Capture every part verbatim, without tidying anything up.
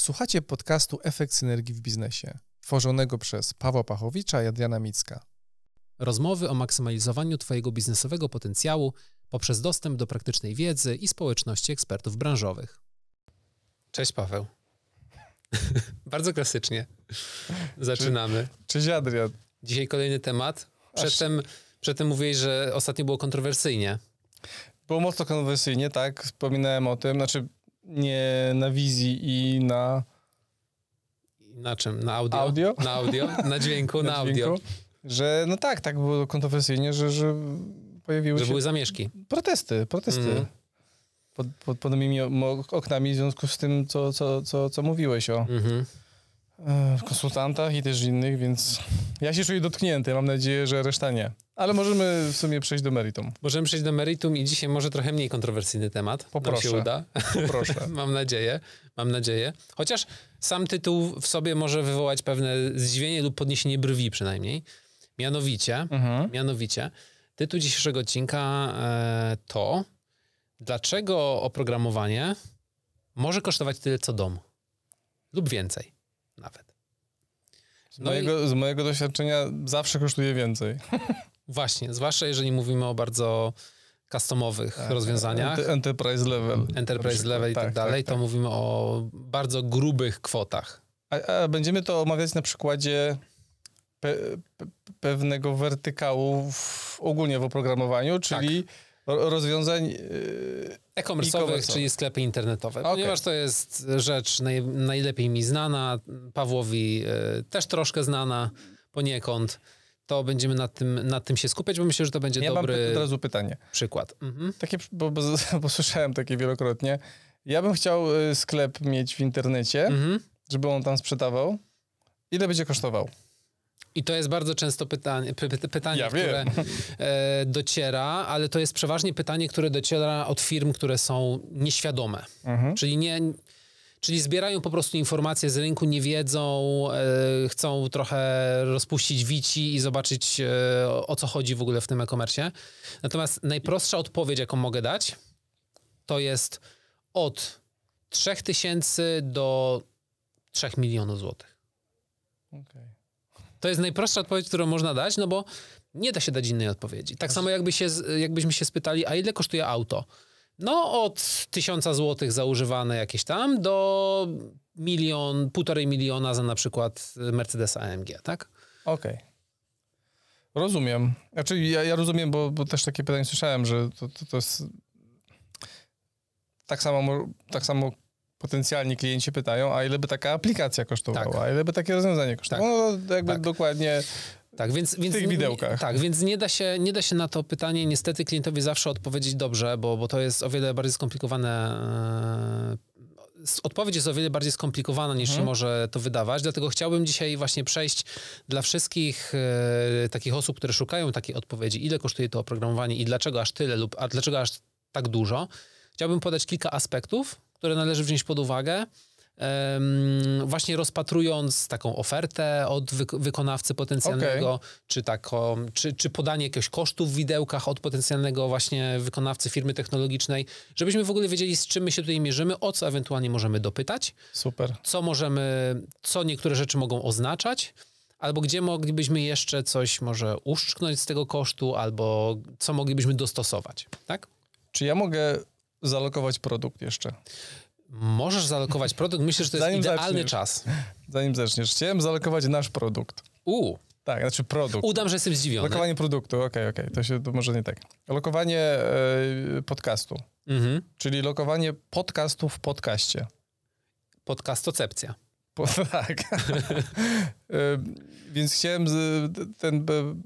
Słuchacie podcastu Efekt Synergii w Biznesie, tworzonego przez Pawła Pachowicza i Adriana Micka. Rozmowy o maksymalizowaniu Twojego biznesowego potencjału poprzez dostęp do praktycznej wiedzy i społeczności ekspertów branżowych. Cześć Paweł. Bardzo klasycznie. Zaczynamy. Cześć Adrian. Dzisiaj kolejny temat. Przedtem, Aż... przedtem mówiłeś, że ostatnio było kontrowersyjnie. Było mocno kontrowersyjnie, tak. Wspominałem o tym, znaczy nie na wizji i na... Na czym? Na audio? Audio? Na audio, na dźwięku, na, na audio. Dźwięku, że no tak, tak było kontrowersyjnie, że, że pojawiły że się... Że były zamieszki. Protesty, protesty. Mm. Pod, pod, pod moimi oknami w związku z tym, co, co, co, co mówiłeś o mm-hmm. konsultantach i też innych, więc ja się czuję dotknięty. Mam nadzieję, że reszta nie. Ale możemy w sumie przejść do meritum. Możemy przejść do meritum i dzisiaj może trochę mniej kontrowersyjny temat. Poproszę. Nam się uda. Poproszę. Mam nadzieję. Mam nadzieję. Chociaż sam tytuł w sobie może wywołać pewne zdziwienie lub podniesienie brwi przynajmniej. Mianowicie, mhm. mianowicie tytuł dzisiejszego odcinka e, to dlaczego oprogramowanie może kosztować tyle co dom? Lub więcej nawet. Z, no mojego, i... z mojego doświadczenia zawsze kosztuje więcej. Właśnie, zwłaszcza jeżeli mówimy o bardzo customowych tak, rozwiązaniach. Enterprise level. Enterprise level i tak, tak dalej, tak, tak. To mówimy o bardzo grubych kwotach. A, a będziemy to omawiać na przykładzie pe, pe, pewnego wertykału w, ogólnie w oprogramowaniu, czyli tak. rozwiązań yy, e-commerce'owych, czyli sklepy internetowe. Okay. Ponieważ to jest rzecz naj, najlepiej mi znana, Pawłowi yy, też troszkę znana poniekąd, to będziemy nad tym, nad tym się skupiać, bo myślę, że to będzie ja dobry mam od razu pytanie. Przykład. Mhm. Takie, bo, bo, bo słyszałem takie wielokrotnie. Ja bym chciał sklep mieć w internecie, mhm. żeby on tam sprzedawał. Ile będzie kosztował? I to jest bardzo często pytanie, py, py, pytanie ja które e, dociera, ale to jest przeważnie pytanie, które dociera od firm, które są nieświadome. Mhm. Czyli nie... Czyli zbierają po prostu informacje z rynku, nie wiedzą, e, chcą trochę rozpuścić wici i zobaczyć e, o co chodzi w ogóle w tym e-commerce. Natomiast najprostsza odpowiedź, jaką mogę dać, to jest od trzech tysięcy do trzech milionów złotych. Okay. To jest najprostsza odpowiedź, którą można dać, no bo nie da się dać innej odpowiedzi. Tak samo jakby się, jakbyśmy się spytali, a ile kosztuje auto? No od tysiąca złotych za używane jakieś tam do milion, półtorej miliona za na przykład Mercedesa A M G, tak? Okej. Okay. Rozumiem. Znaczy ja, ja rozumiem, bo, bo też takie pytanie słyszałem, że to, to, to jest tak samo, tak samo potencjalni klienci pytają, a ile by taka aplikacja kosztowała, tak. a ile by takie rozwiązanie kosztowało? Tak. No jakby tak. dokładnie... Tak, więc, w więc, tych widełkach. Tak, więc nie da się, nie da się na to pytanie niestety klientowi zawsze odpowiedzieć dobrze, bo, bo to jest o wiele bardziej skomplikowane. Yy, odpowiedź jest o wiele bardziej skomplikowana niż mhm. się może to wydawać, dlatego chciałbym dzisiaj właśnie przejść dla wszystkich yy, takich osób, które szukają takiej odpowiedzi, ile kosztuje to oprogramowanie i dlaczego aż tyle lub a dlaczego aż tak dużo. Chciałbym podać kilka aspektów, które należy wziąć pod uwagę. Um, właśnie rozpatrując taką ofertę od wy- wykonawcy potencjalnego, okay. czy, taką, czy, czy podanie jakiegoś kosztu w widełkach od potencjalnego właśnie wykonawcy firmy technologicznej, żebyśmy w ogóle wiedzieli, z czym my się tutaj mierzymy, o co ewentualnie możemy dopytać. Super. Co możemy, co niektóre rzeczy mogą oznaczać, albo gdzie moglibyśmy jeszcze coś może uszczknąć z tego kosztu, albo co moglibyśmy dostosować, tak? Czy ja mogę zalokować produkt jeszcze? Możesz zalokować produkt. Myślę, że to jest zanim idealny zaczniesz, czas. Zanim zaczniesz. Chciałem zalokować nasz produkt. U. Tak, znaczy produkt. Udam, że jestem zdziwiony. Lokowanie produktu, okej, okay, okej. Okay. To się to może nie tak. Lokowanie e, podcastu. Mhm. Czyli lokowanie podcastu w podcaście. Podcastocepcja. Po, tak. e, więc chciałem z, ten...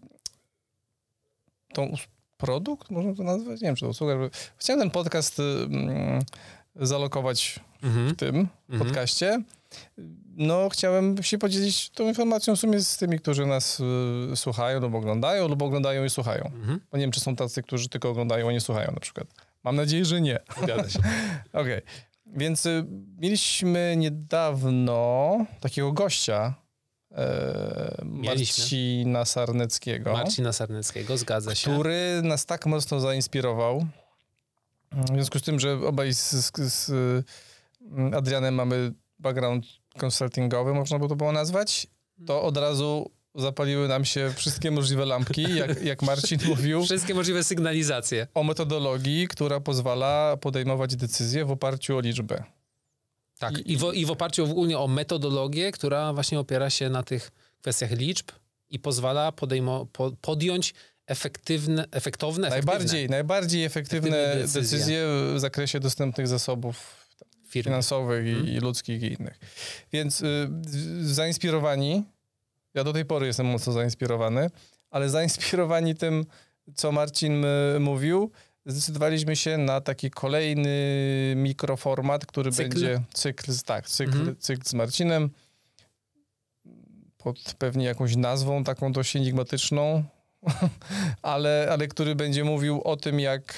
Tą produkt? Można to nazwać? Nie wiem, czy to usługa. Chciałem ten podcast... Mm, zalokować mhm. w tym mhm. podcaście. No, chciałem się podzielić tą informacją w sumie z tymi, którzy nas y, słuchają lub oglądają, lub oglądają i słuchają. Mhm. Bo nie wiem, czy są tacy, którzy tylko oglądają, a nie słuchają na przykład. Mam nadzieję, że nie. Zgadza się. Okej. Okay. Więc y, mieliśmy niedawno takiego gościa, e, Marcina Sarneckiego. Marcina Sarneckiego, zgadza się. Który nas tak mocno zainspirował. W związku z tym, że obaj z, z, z Adrianem mamy background consultingowy, można by to było nazwać, to od razu zapaliły nam się wszystkie możliwe lampki, jak, jak Marcin mówił. Wszystkie możliwe sygnalizacje. O metodologii, która pozwala podejmować decyzje w oparciu o liczbę. Tak, i, i, w, i w oparciu ogólnie o metodologię, która właśnie opiera się na tych kwestiach liczb i pozwala podejmo, po, podjąć efektywne, efektowne, najbardziej, efektywne. najbardziej efektywne, efektywne decyzje. decyzje w zakresie dostępnych zasobów Firmy. finansowych hmm. i, i ludzkich i innych. Więc y, zainspirowani, ja do tej pory jestem mocno zainspirowany, ale zainspirowani tym, co Marcin y, mówił, zdecydowaliśmy się na taki kolejny mikroformat, który cykl. będzie cykl, tak, cykl, hmm. cykl z Marcinem, pod pewnie jakąś nazwą taką dość enigmatyczną, ale, ale który będzie mówił o tym, jak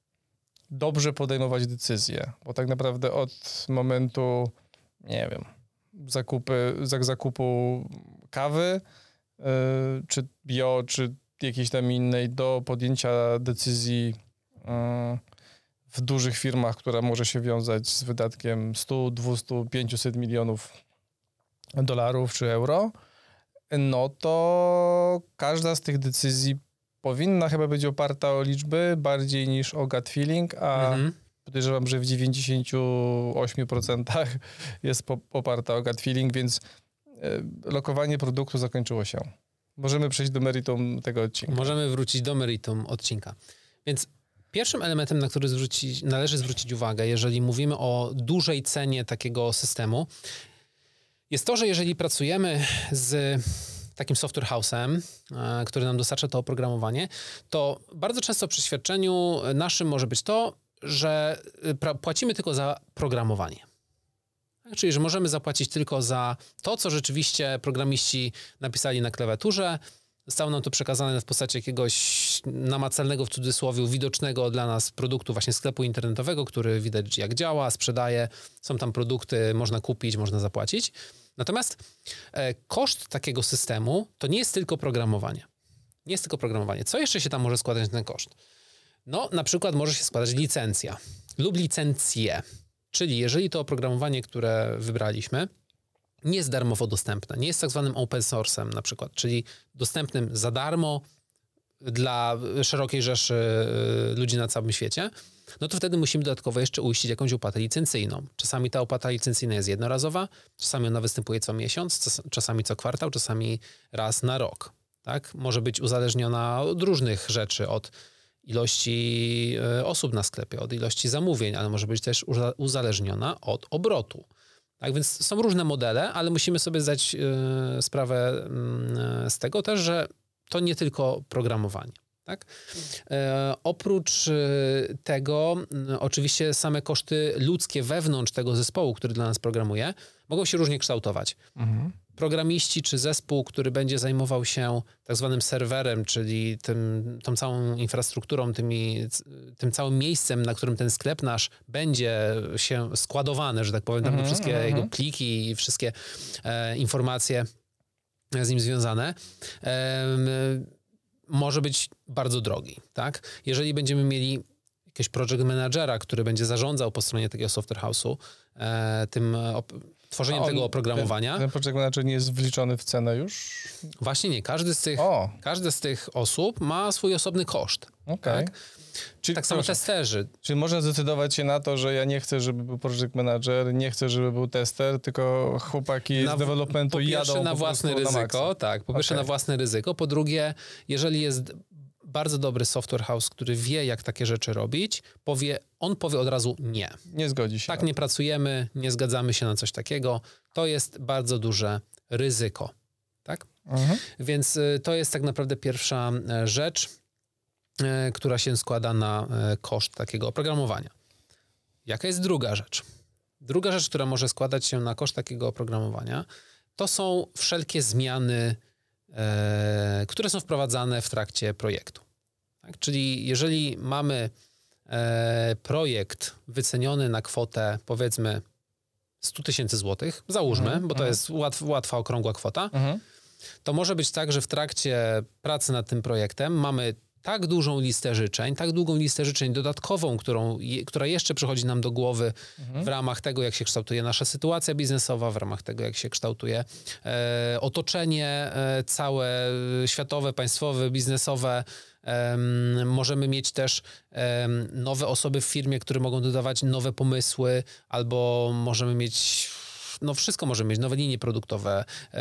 dobrze podejmować decyzje. Bo tak naprawdę od momentu, nie wiem, zakupy, zakupu kawy, yy, czy bio, czy jakiejś tam innej, do podjęcia decyzji yy, w dużych firmach, która może się wiązać z wydatkiem sto, dwieście, pięćset milionów dolarów czy euro, no to każda z tych decyzji powinna chyba być oparta o liczby bardziej niż o gut feeling, a mhm. podejrzewam, że w dziewięćdziesięciu ośmiu procentach jest po, oparta o gut feeling, więc y, lokowanie produktu zakończyło się. Możemy przejść do meritum tego odcinka. Możemy wrócić do meritum odcinka. Więc pierwszym elementem, na który zwrócić, należy zwrócić uwagę, jeżeli mówimy o dużej cenie takiego systemu, jest to, że jeżeli pracujemy z takim software house'em, który nam dostarcza to oprogramowanie, to bardzo często w przeświadczeniu naszym może być to, że płacimy tylko za programowanie. Czyli, że możemy zapłacić tylko za to, co rzeczywiście programiści napisali na klawiaturze. Zostało nam to przekazane w postaci jakiegoś namacalnego, w cudzysłowie, widocznego dla nas produktu właśnie sklepu internetowego, który widać jak działa, sprzedaje. Są tam produkty, można kupić, można zapłacić. Natomiast e, koszt takiego systemu to nie jest tylko programowanie. Nie jest tylko programowanie. Co jeszcze się tam może składać na ten koszt? No, na przykład może się składać licencja lub licencje. Czyli jeżeli to oprogramowanie, które wybraliśmy, nie jest darmowo dostępne, nie jest tak zwanym open source'em na przykład, czyli dostępnym za darmo dla szerokiej rzeszy ludzi na całym świecie, no to wtedy musimy dodatkowo jeszcze uiścić jakąś opłatę licencyjną. Czasami ta opłata licencyjna jest jednorazowa, czasami ona występuje co miesiąc, czasami co kwartał, czasami raz na rok. Tak? Może być uzależniona od różnych rzeczy, od ilości osób na sklepie, od ilości zamówień, ale może być też uzależniona od obrotu. Tak więc są różne modele, ale musimy sobie zdać y, sprawę y, z tego też, że to nie tylko programowanie. Tak? E, oprócz y, tego y, oczywiście same koszty ludzkie wewnątrz tego zespołu, który dla nas programuje, mogą się różnie kształtować. Mhm. Programiści czy zespół, który będzie zajmował się tak zwanym serwerem, czyli tym, tą całą infrastrukturą, tymi, tym całym miejscem, na którym ten sklep nasz będzie się składowany, że tak powiem, tam mm-hmm, wszystkie mm-hmm. jego pliki i wszystkie e, informacje z nim związane, e, może być bardzo drogi. Tak? Jeżeli będziemy mieli jakiegoś project managera, który będzie zarządzał po stronie takiego software house'u e, tym op- tworzeniem on, tego oprogramowania. Ten, ten project manager nie jest wliczony w cenę już? Właśnie nie. Każdy z tych, każdy z tych osób ma swój osobny koszt. Okay. Tak? Czyli tak samo testerzy. Czyli można zdecydować się na to, że ja nie chcę, żeby był project manager, nie chcę, żeby był tester, tylko chłopaki na, z developmentu jadą po na własne ryzyko. Na tak, po pierwsze okay. na własne ryzyko. Po drugie, jeżeli jest bardzo dobry software house, który wie, jak takie rzeczy robić, powie, on powie od razu nie. Nie zgodzi się. Tak, nie pracujemy, nie zgadzamy się na coś takiego. To jest bardzo duże ryzyko. Tak? Mhm. Więc y, to jest tak naprawdę pierwsza y, rzecz, y, która się składa na y, koszt takiego oprogramowania. Jaka jest druga rzecz? Druga rzecz, która może składać się na koszt takiego oprogramowania, to są wszelkie zmiany, y, które są wprowadzane w trakcie projektu. Tak? Czyli jeżeli mamy e, projekt wyceniony na kwotę, powiedzmy, sto tysięcy złotych, załóżmy, mhm, bo to mhm. jest łatw, łatwa, okrągła kwota, mhm. to może być tak, że w trakcie pracy nad tym projektem mamy tak dużą listę życzeń, tak długą listę życzeń dodatkową, którą, je, która jeszcze przychodzi nam do głowy mhm. w ramach tego, jak się kształtuje nasza sytuacja biznesowa, w ramach tego, jak się kształtuje e, otoczenie e, całe, światowe, państwowe, biznesowe. E, możemy mieć też e, nowe osoby w firmie, które mogą dodawać nowe pomysły, albo możemy mieć... No wszystko możemy mieć, nowe linie produktowe,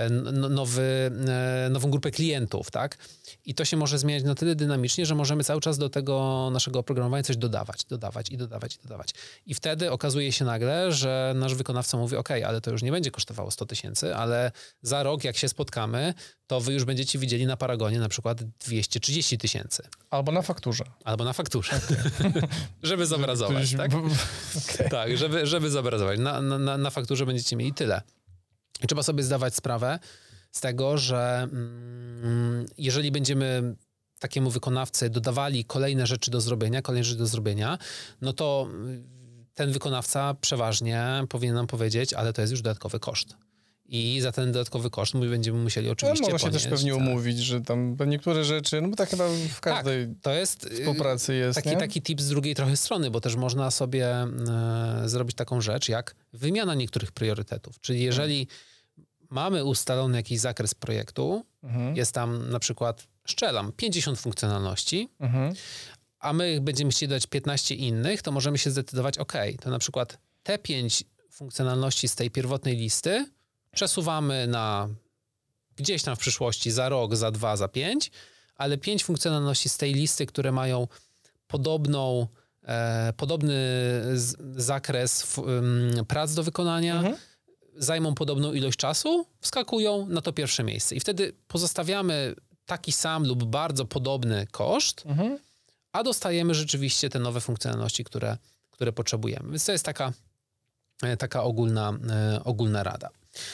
nowy, nową grupę klientów, tak? I to się może zmieniać na tyle dynamicznie, że możemy cały czas do tego naszego oprogramowania coś dodawać, dodawać i dodawać i dodawać. I wtedy okazuje się nagle, że nasz wykonawca mówi, ok, ale to już nie będzie kosztowało sto tysięcy, ale za rok, jak się spotkamy, to wy już będziecie widzieli na Paragonie na przykład dwieście trzydzieści tysięcy. Albo na fakturze. Albo na fakturze. Okay. Żeby zobrazować, tak? Okay. Tak, żeby, żeby zobrazować. Na, na, na fakturze będziecie mieli tyle. I trzeba sobie zdawać sprawę z tego, że mm, jeżeli będziemy takiemu wykonawcy dodawali kolejne rzeczy do zrobienia, kolejne rzeczy do zrobienia, no to ten wykonawca przeważnie powinien nam powiedzieć, ale to jest już dodatkowy koszt. I za ten dodatkowy koszt my będziemy musieli oczywiście no, można się ponieść, też pewnie tak. umówić, że tam niektóre rzeczy, no bo tak chyba w każdej tak, to jest, współpracy jest, taki, nie? taki tip z drugiej trochę strony, bo też można sobie e, zrobić taką rzecz, jak wymiana niektórych priorytetów. Czyli jeżeli hmm. mamy ustalony jakiś zakres projektu, mhm. jest tam na przykład, szczelam, pięćdziesiąt funkcjonalności, mhm. a my będziemy chcieli dać piętnaście innych, to możemy się zdecydować, ok, to na przykład te pięć funkcjonalności z tej pierwotnej listy przesuwamy na gdzieś tam w przyszłości, za rok, za dwa, za pięć, ale pięć funkcjonalności z tej listy, które mają podobną, e, podobny z, zakres f, um, prac do wykonania, mhm. zajmą podobną ilość czasu, wskakują na to pierwsze miejsce. I wtedy pozostawiamy taki sam lub bardzo podobny koszt, mhm. a dostajemy rzeczywiście te nowe funkcjonalności, które, które potrzebujemy. Więc to jest taka, taka ogólna, e, ogólna rada.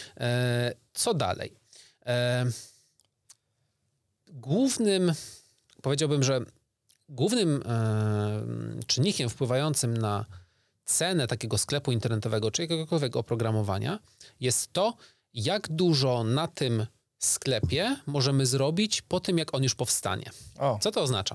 E, co dalej? E, głównym, powiedziałbym, że głównym e, czynnikiem wpływającym na cenę takiego sklepu internetowego czy jakiegokolwiek oprogramowania jest to, jak dużo na tym sklepie możemy zrobić po tym, jak on już powstanie. O. Co to oznacza?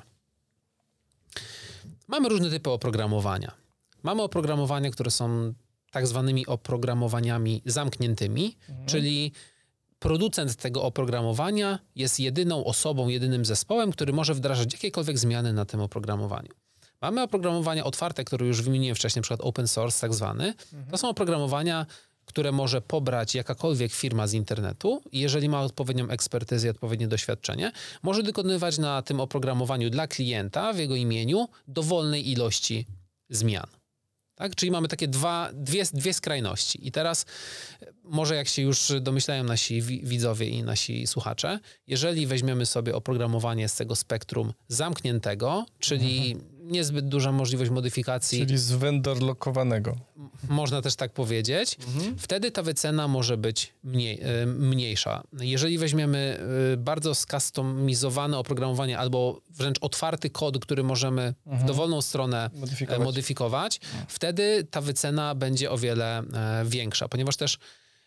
Mamy różne typy oprogramowania. Mamy oprogramowania, które są tak zwanymi oprogramowaniami zamkniętymi, mhm. czyli producent tego oprogramowania jest jedyną osobą, jedynym zespołem, który może wdrażać jakiekolwiek zmiany na tym oprogramowaniu. Mamy oprogramowania otwarte, które już wymieniłem wcześniej, na przykład open source tak zwany. Mhm. To są oprogramowania, które może pobrać jakakolwiek firma z internetu i jeżeli ma odpowiednią ekspertyzę i odpowiednie doświadczenie, może wykonywać na tym oprogramowaniu dla klienta w jego imieniu dowolnej ilości zmian. Tak? Czyli mamy takie dwa, dwie, dwie skrajności. I teraz może jak się już domyślają nasi widzowie i nasi słuchacze, jeżeli weźmiemy sobie oprogramowanie z tego spektrum zamkniętego, czyli mhm. niezbyt duża możliwość modyfikacji. Czyli z vendor lokowanego. Można też tak powiedzieć. Mhm. Wtedy ta wycena może być mniej, mniejsza. Jeżeli weźmiemy bardzo skustomizowane oprogramowanie albo wręcz otwarty kod, który możemy mhm. w dowolną stronę modyfikować, modyfikować mhm. wtedy ta wycena będzie o wiele większa, ponieważ też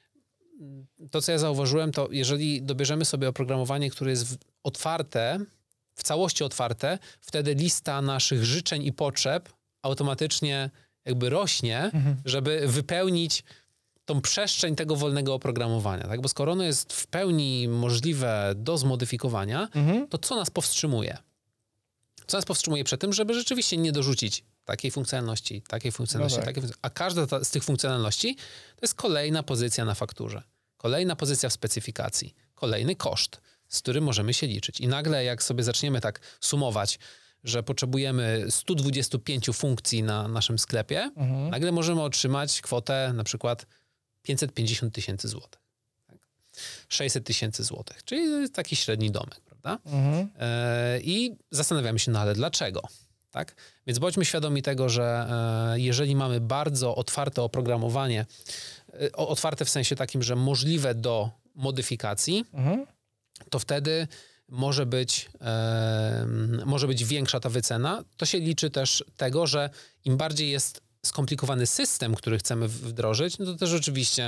to, co ja zauważyłem, to jeżeli dobierzemy sobie oprogramowanie, które jest otwarte, w całości otwarte, wtedy lista naszych życzeń i potrzeb automatycznie jakby rośnie, mhm. żeby wypełnić tą przestrzeń tego wolnego oprogramowania. Tak? Bo skoro ono jest w pełni możliwe do zmodyfikowania, mhm. to co nas powstrzymuje? Co nas powstrzymuje przed tym, żeby rzeczywiście nie dorzucić takiej funkcjonalności, takiej funkcjonalności, no tak. takiej funkcjonalności. A każda ta, z tych funkcjonalności to jest kolejna pozycja na fakturze. Kolejna pozycja w specyfikacji. Kolejny koszt, z którym możemy się liczyć. I nagle jak sobie zaczniemy tak sumować, że potrzebujemy sto dwadzieścia pięć funkcji na naszym sklepie, mhm. nagle możemy otrzymać kwotę na przykład pięćset pięćdziesiąt tysięcy złotych. Tak? sześćset tysięcy złotych. Czyli to jest taki średni domek, prawda? Mhm. E, I zastanawiamy się, no ale dlaczego? Tak? Więc bądźmy świadomi tego, że e, jeżeli mamy bardzo otwarte oprogramowanie, e, otwarte w sensie takim, że możliwe do modyfikacji, mhm. to wtedy może być, e, może być większa ta wycena. To się liczy też tego, że im bardziej jest skomplikowany system, który chcemy wdrożyć, no to też oczywiście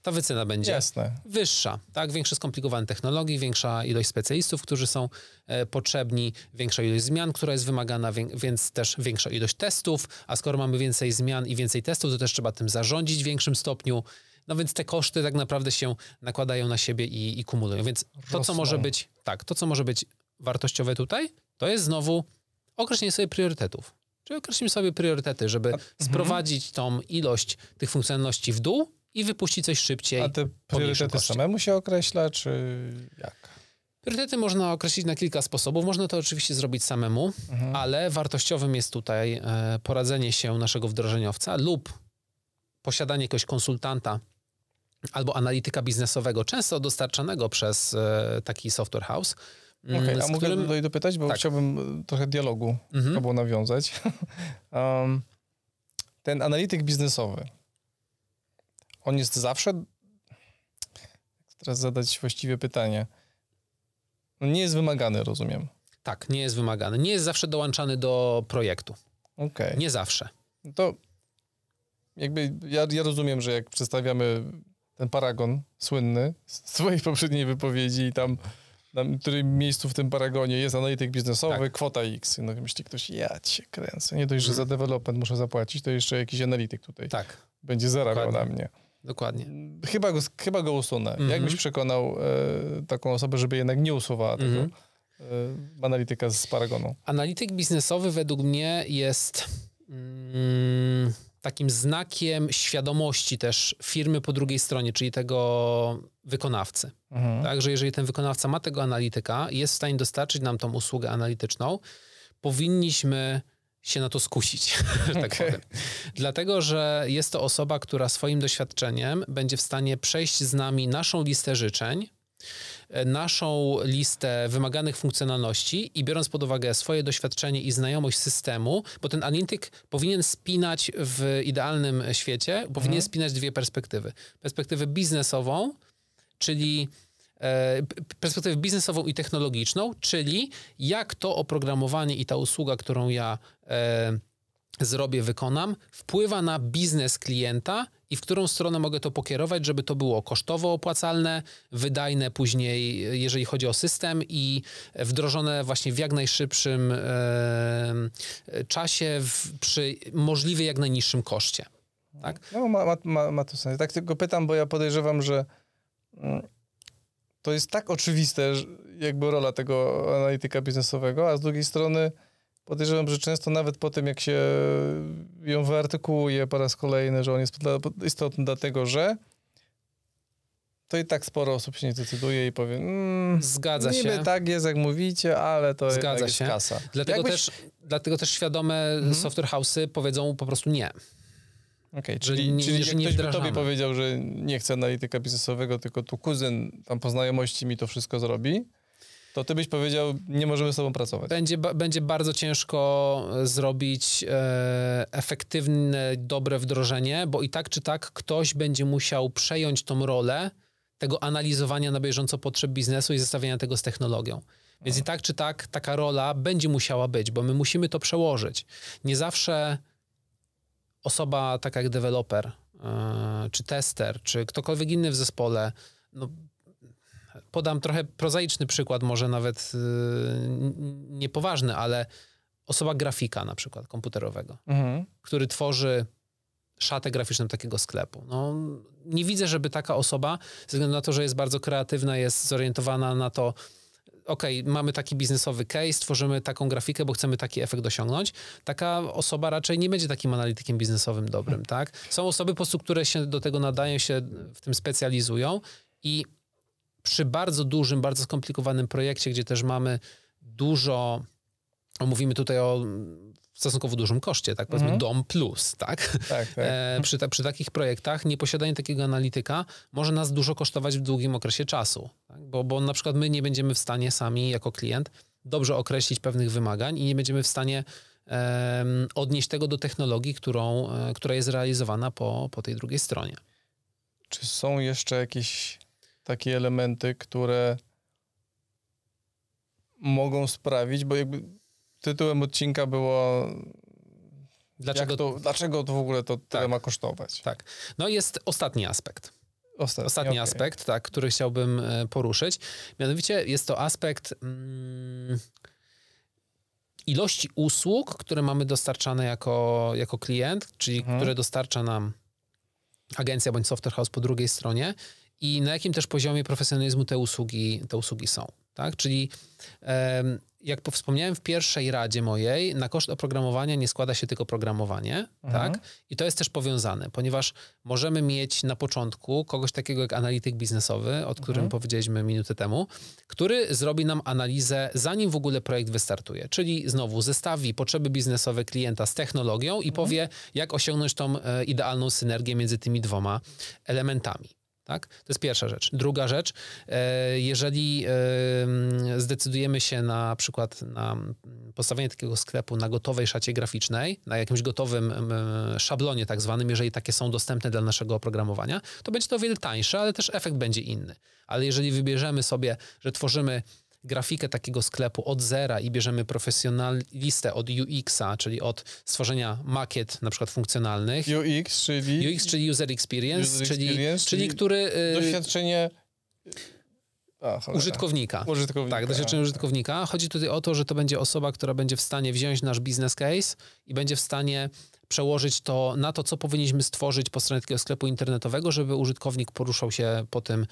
ta wycena będzie Jasne. wyższa, tak? Większe skomplikowane technologie, większa ilość specjalistów, którzy są e, potrzebni, większa ilość zmian, która jest wymagana, wię, więc też większa ilość testów, a skoro mamy więcej zmian i więcej testów, to też trzeba tym zarządzić w większym stopniu. No więc te koszty tak naprawdę się nakładają na siebie i, i kumulują. Więc to, co może być, tak, to, co może być wartościowe tutaj, to jest znowu określenie sobie priorytetów. Czyli określimy sobie priorytety, żeby A, sprowadzić mm. tą ilość tych funkcjonalności w dół i wypuścić coś szybciej. A te priorytety samemu się określa, czy jak? Priorytety można określić na kilka sposobów. Można to oczywiście zrobić samemu, mhm. ale wartościowym jest tutaj e, poradzenie się naszego wdrożeniowca lub posiadanie jakiegoś konsultanta albo analityka biznesowego, często dostarczanego przez e, taki software house. Okej, okay, a mogę którym... tutaj dopytać, bo tak. chciałbym trochę dialogu mhm. albo nawiązać. um, ten analityk biznesowy, on jest zawsze... Teraz zadać właściwe pytanie. No nie jest wymagany, rozumiem. Tak, nie jest wymagany. Nie jest zawsze dołączany do projektu. Okej. Okay. Nie zawsze. To jakby ja, ja rozumiem, że jak przedstawiamy ten paragon słynny z twojej poprzedniej wypowiedzi i tam na którym miejscu w tym paragonie jest analityk biznesowy, tak. kwota X. No myśli ktoś, ja cię kręcę. Nie dość, że za development muszę zapłacić, to jeszcze jakiś analityk tutaj tak. będzie zarabiał Dokładnie. na mnie. Dokładnie. Chyba go, chyba go usunę. Mm-hmm. Jak byś przekonał e, taką osobę, żeby jednak nie usuwała tego mm-hmm. e, analityka z paragonu? Analityk biznesowy według mnie jest mm, takim znakiem świadomości też firmy po drugiej stronie, czyli tego wykonawcy. Mhm. Tak, że jeżeli ten wykonawca ma tego analityka i jest w stanie dostarczyć nam tą usługę analityczną, powinniśmy się na to skusić, że tak okay. powiem. Dlatego, że jest to osoba, która swoim doświadczeniem będzie w stanie przejść z nami naszą listę życzeń, naszą listę wymaganych funkcjonalności i biorąc pod uwagę swoje doświadczenie i znajomość systemu, bo ten analityk powinien spinać w idealnym świecie, powinien mhm. spinać dwie perspektywy. Perspektywę biznesową, czyli e, perspektywę biznesową i technologiczną, czyli jak to oprogramowanie i ta usługa, którą ja e, zrobię, wykonam, wpływa na biznes klienta i w którą stronę mogę to pokierować, żeby to było kosztowo opłacalne, wydajne później, jeżeli chodzi o system i wdrożone właśnie w jak najszybszym e, czasie w, przy możliwie jak najniższym koszcie. Tak? No ma, ma, ma to sens. Tak tylko pytam, bo ja podejrzewam, że to jest tak oczywiste, jakby rola tego analityka biznesowego, a z drugiej strony podejrzewam, że często nawet po tym, jak się ją wyartykułuje po raz kolejny, że on jest istotny dlatego, że to i tak sporo osób się nie decyduje i powie mm, Zgadza niby się. tak jest, jak mówicie, ale to Zgadza jest się. kasa. Dlatego, Jakbyś... też, dlatego też świadome mhm. software house'y powiedzą po prostu nie. Okay, czyli nie, czyli że jak nie ktoś by wdrażamy. tobie powiedział, że nie chce analityka biznesowego, tylko tu kuzyn tam po znajomości mi to wszystko zrobi, to ty byś powiedział, nie możemy z sobą pracować. Będzie, ba, będzie bardzo ciężko zrobić e, efektywne, dobre wdrożenie, bo i tak czy tak ktoś będzie musiał przejąć tą rolę tego analizowania na bieżąco potrzeb biznesu i zestawiania tego z technologią. Więc i tak czy tak taka rola będzie musiała być, bo my musimy to przełożyć. Nie zawsze osoba taka jak deweloper, e, czy tester, czy ktokolwiek inny w zespole, no, podam trochę prozaiczny przykład, może nawet yy, niepoważny, ale osoba grafika na przykład komputerowego, mhm. który tworzy szatę graficzną takiego sklepu. No, nie widzę, żeby taka osoba, ze względu na to, że jest bardzo kreatywna, jest zorientowana na to, okej, okay, mamy taki biznesowy case, tworzymy taką grafikę, bo chcemy taki efekt osiągnąć. Taka osoba raczej nie będzie takim analitykiem biznesowym dobrym, tak? Są osoby po prostu, które się do tego nadają, się w tym specjalizują i przy bardzo dużym, bardzo skomplikowanym projekcie, gdzie też mamy dużo, mówimy tutaj o stosunkowo dużym koszcie, tak powiedzmy mm-hmm. dom plus, tak? tak, tak. E, przy, ta, przy takich projektach nieposiadanie takiego analityka może nas dużo kosztować w długim okresie czasu, tak? bo, bo na przykład my nie będziemy w stanie sami jako klient dobrze określić pewnych wymagań i nie będziemy w stanie e, odnieść tego do technologii, którą, e, która jest realizowana po, po tej drugiej stronie. Czy są jeszcze jakieś takie elementy, które mogą sprawić, bo jakby tytułem odcinka było dlaczego to, dlaczego to w ogóle to tyle tak, ma kosztować. Tak. No jest ostatni aspekt. Ostatni, ostatni okay. aspekt, tak, który chciałbym e, poruszyć. Mianowicie jest to aspekt mm, ilości usług, które mamy dostarczane jako, jako klient, czyli mhm. które dostarcza nam agencja bądź software house po drugiej stronie i na jakim też poziomie profesjonalizmu te usługi, te usługi są. Tak? Czyli um, jak wspomniałem w pierwszej radzie mojej, na koszt oprogramowania nie składa się tylko programowanie, mhm. tak? I to jest też powiązane, ponieważ możemy mieć na początku kogoś takiego jak analityk biznesowy, o którym mhm. powiedzieliśmy minutę temu, który zrobi nam analizę, zanim w ogóle projekt wystartuje. Czyli znowu zestawi potrzeby biznesowe klienta z technologią i mhm. powie, jak osiągnąć tą e, idealną synergię między tymi dwoma elementami. Tak? To jest pierwsza rzecz. Druga rzecz, jeżeli zdecydujemy się na przykład na postawienie takiego sklepu na gotowej szacie graficznej, na jakimś gotowym szablonie tak zwanym, jeżeli takie są dostępne dla naszego oprogramowania, to będzie to o wiele tańsze, ale też efekt będzie inny. Ale jeżeli wybierzemy sobie, że tworzymy grafikę takiego sklepu od zera i bierzemy profesjonalistę od U X-a, czyli od stworzenia makiet na przykład funkcjonalnych. U X, czyli... U X, czyli User Experience, user czyli, experience czyli, czyli który... Doświadczenie... A, użytkownika. użytkownika. Tak, doświadczenie użytkownika. Chodzi tutaj o to, że to będzie osoba, która będzie w stanie wziąć nasz business case i będzie w stanie przełożyć to na to, co powinniśmy stworzyć po stronie takiego sklepu internetowego, żeby użytkownik poruszał się po tym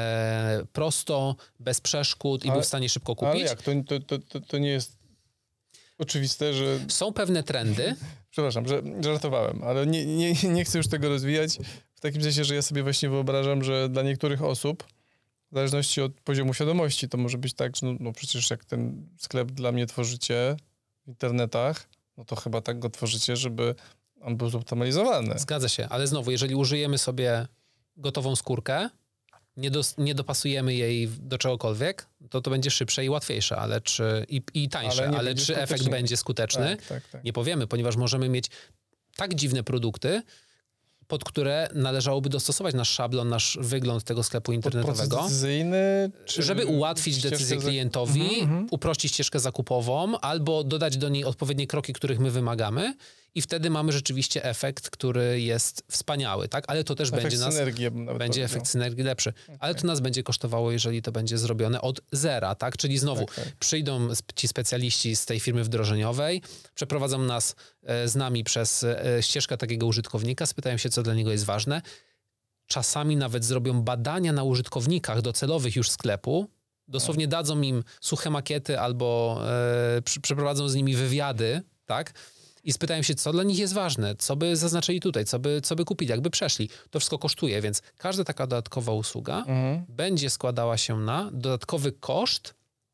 e, prosto, bez przeszkód i ale, był w stanie szybko kupić. Ale jak? To, to, to, to nie jest oczywiste, że... Są pewne trendy. Przepraszam, że żartowałem, ale nie, nie, nie chcę już tego rozwijać w takim sensie, że ja sobie właśnie wyobrażam, że dla niektórych osób w zależności od poziomu świadomości to może być tak, że no, no przecież jak ten sklep dla mnie tworzycie w internetach, no to chyba tak go tworzycie, żeby on był zoptymalizowany. Zgadza się, ale znowu, jeżeli użyjemy sobie gotową skórkę, nie, do, nie dopasujemy jej do czegokolwiek, to to będzie szybsze i łatwiejsze, ale czy, i, i tańsze, ale, ale czy skuteczny. Efekt będzie skuteczny? Tak, tak, tak. Nie powiemy, ponieważ możemy mieć tak dziwne produkty, pod które należałoby dostosować nasz szablon, nasz wygląd tego sklepu internetowego. Proces decyzyjny, czy żeby ułatwić decyzję klientowi, mm-hmm. uprościć ścieżkę zakupową albo dodać do niej odpowiednie kroki, których my wymagamy i wtedy mamy rzeczywiście efekt, który jest wspaniały, tak? Ale to też efekt będzie nas... synergii, będzie efekt synergii lepszy. Okay. Ale to nas będzie kosztowało, jeżeli to będzie zrobione od zera, tak? Czyli znowu tak, tak. przyjdą ci specjaliści z tej firmy wdrożeniowej, przeprowadzą nas e, z nami przez e, ścieżkę takiego użytkownika, spytają się, co dla niego jest ważne. Czasami nawet zrobią badania na użytkownikach docelowych już sklepu, dosłownie dadzą im suche makiety albo e, przy, przeprowadzą z nimi wywiady, tak? I spytają się, co dla nich jest ważne, co by zaznaczyli tutaj, co by, co by kupili, jakby przeszli. To wszystko kosztuje, więc każda taka dodatkowa usługa mhm. będzie składała się na dodatkowy koszt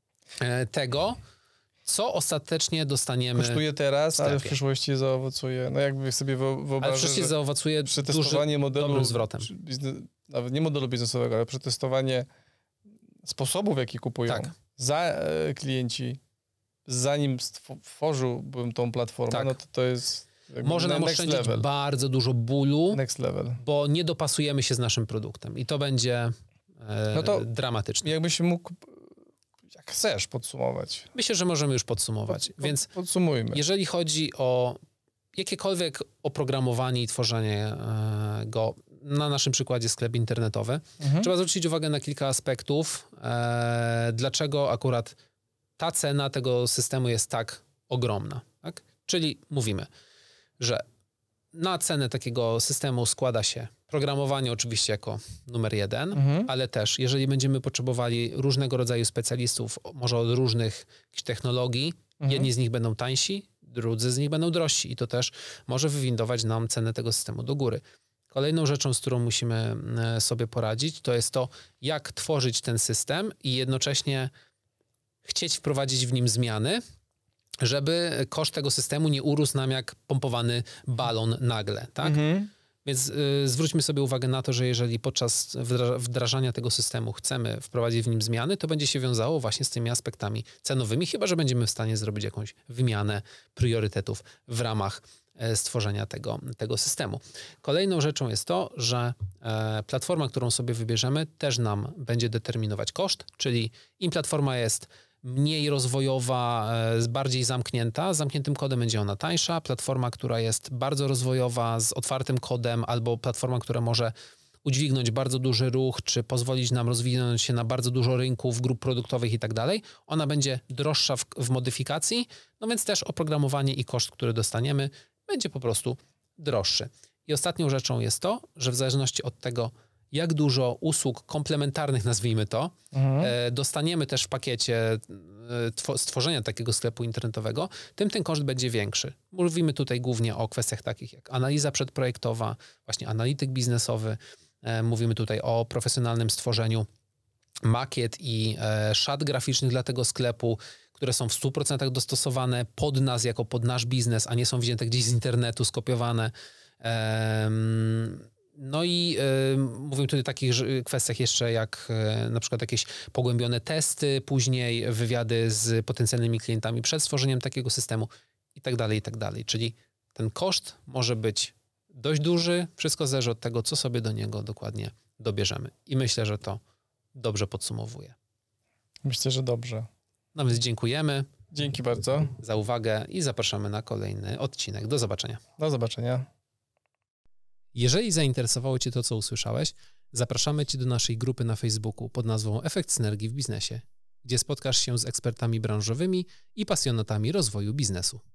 e, tego, co ostatecznie dostaniemy. Kosztuje teraz, ale w przyszłości zaowocuje. No jakby sobie wyobrażę, ale w przyszłości zaowocuje przetestowanie modelu, dobrym zwrotem. Biznes, nawet nie modelu biznesowego, ale przetestowanie sposobów, w jaki kupują tak. za e, klienci, zanim stworzyłbym tą platformę, tak. no to to jest może nam oszczędzić level. bardzo dużo bólu, next level. bo nie dopasujemy się z naszym produktem i to będzie e, no to dramatyczne. Jakbyś mógł, jak chcesz podsumować. Myślę, że możemy już podsumować. Pod, pod, Więc podsumujmy. Jeżeli chodzi o jakiekolwiek oprogramowanie i tworzenie e, go, na naszym przykładzie sklep internetowy, mhm. trzeba zwrócić uwagę na kilka aspektów, e, dlaczego akurat ta cena tego systemu jest tak ogromna. Tak? Czyli mówimy, że na cenę takiego systemu składa się programowanie oczywiście jako numer jeden, mhm. ale też jeżeli będziemy potrzebowali różnego rodzaju specjalistów, może od różnych technologii, mhm. jedni z nich będą tańsi, drudzy z nich będą drożsi i to też może wywindować nam cenę tego systemu do góry. Kolejną rzeczą, z którą musimy sobie poradzić, to jest to, jak tworzyć ten system i jednocześnie chcieć wprowadzić w nim zmiany, żeby koszt tego systemu nie urósł nam jak pompowany balon nagle, tak? Mhm. Więc y, zwróćmy sobie uwagę na to, że jeżeli podczas wdra- wdrażania tego systemu chcemy wprowadzić w nim zmiany, to będzie się wiązało właśnie z tymi aspektami cenowymi, chyba że będziemy w stanie zrobić jakąś wymianę priorytetów w ramach e, stworzenia tego, tego systemu. Kolejną rzeczą jest to, że e, platforma, którą sobie wybierzemy, też nam będzie determinować koszt, czyli im platforma jest mniej rozwojowa, bardziej zamknięta. Z zamkniętym kodem będzie ona tańsza. Platforma, która jest bardzo rozwojowa, z otwartym kodem albo platforma, która może udźwignąć bardzo duży ruch, czy pozwolić nam rozwinąć się na bardzo dużo rynków, grup produktowych i tak dalej, ona będzie droższa w, w modyfikacji, no więc też oprogramowanie i koszt, który dostaniemy, będzie po prostu droższy. I ostatnią rzeczą jest to, że w zależności od tego, jak dużo usług komplementarnych, nazwijmy to, mhm. e, dostaniemy też w pakiecie e, tw- stworzenia takiego sklepu internetowego, tym ten koszt będzie większy. Mówimy tutaj głównie o kwestiach takich jak analiza przedprojektowa, właśnie analityk biznesowy, e, mówimy tutaj o profesjonalnym stworzeniu makiet i e, szat graficznych dla tego sklepu, które są w stu procentach dostosowane pod nas, jako pod nasz biznes, a nie są wzięte gdzieś z internetu, skopiowane. Ehm, No i y, mówimy tutaj o takich kwestiach jeszcze jak y, na przykład jakieś pogłębione testy, później wywiady z potencjalnymi klientami przed stworzeniem takiego systemu i tak dalej, i tak dalej. Czyli ten koszt może być dość duży, wszystko zależy od tego, co sobie do niego dokładnie dobierzemy. I myślę, że to dobrze podsumowuje. Myślę, że dobrze. No więc dziękujemy. Dzięki bardzo. Za uwagę i zapraszamy na kolejny odcinek. Do zobaczenia. Do zobaczenia. Jeżeli zainteresowało Cię to, co usłyszałeś, zapraszamy Cię do naszej grupy na Facebooku pod nazwą Efekt Synergii w Biznesie, gdzie spotkasz się z ekspertami branżowymi i pasjonatami rozwoju biznesu.